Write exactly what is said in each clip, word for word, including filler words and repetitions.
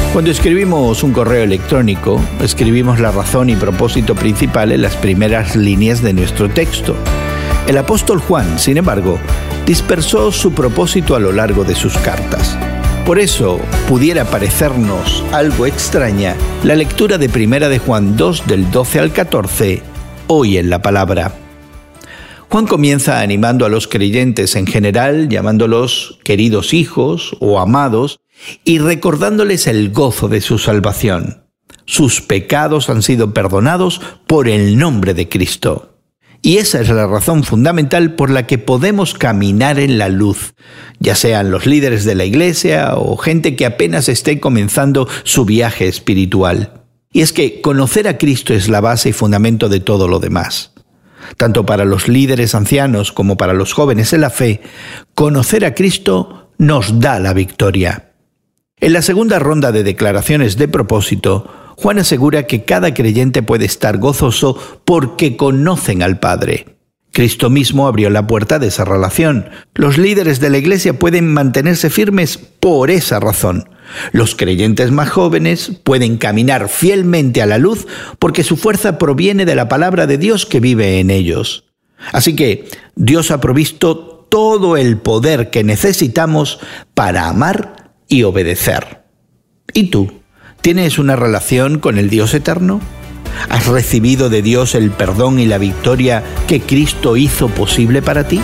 Cuando escribimos un correo electrónico, escribimos la razón y propósito principal en las primeras líneas de nuestro texto. El apóstol Juan, sin embargo, dispersó su propósito a lo largo de sus cartas. Por eso, pudiera parecernos algo extraña la lectura de Primera de Juan dos, del doce al catorce, hoy en la palabra. Juan comienza animando a los creyentes en general, llamándolos queridos hijos o amados, y recordándoles el gozo de su salvación. Sus pecados han sido perdonados por el nombre de Cristo. Y esa es la razón fundamental por la que podemos caminar en la luz, ya sean los líderes de la iglesia o gente que apenas esté comenzando su viaje espiritual. Y es que conocer a Cristo es la base y fundamento de todo lo demás. Tanto para los líderes ancianos como para los jóvenes en la fe, conocer a Cristo nos da la victoria. En la segunda ronda de declaraciones de propósito, Juan asegura que cada creyente puede estar gozoso porque conocen al Padre. Cristo mismo abrió la puerta de esa relación. Los líderes de la iglesia pueden mantenerse firmes por esa razón. Los creyentes más jóvenes pueden caminar fielmente a la luz porque su fuerza proviene de la palabra de Dios que vive en ellos. Así que Dios ha provisto todo el poder que necesitamos para amar y obedecer. ¿Y tú? ¿Tienes una relación con el Dios eterno? ¿Has recibido de Dios el perdón y la victoria que Cristo hizo posible para ti?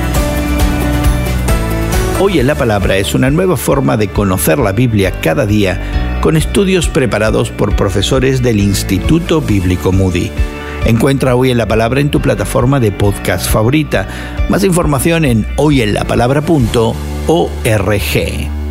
Hoy en la Palabra es una nueva forma de conocer la Biblia cada día con estudios preparados por profesores del Instituto Bíblico Moody. Encuentra Hoy en la Palabra en tu plataforma de podcast favorita. Más información en hoy en la palabra punto org.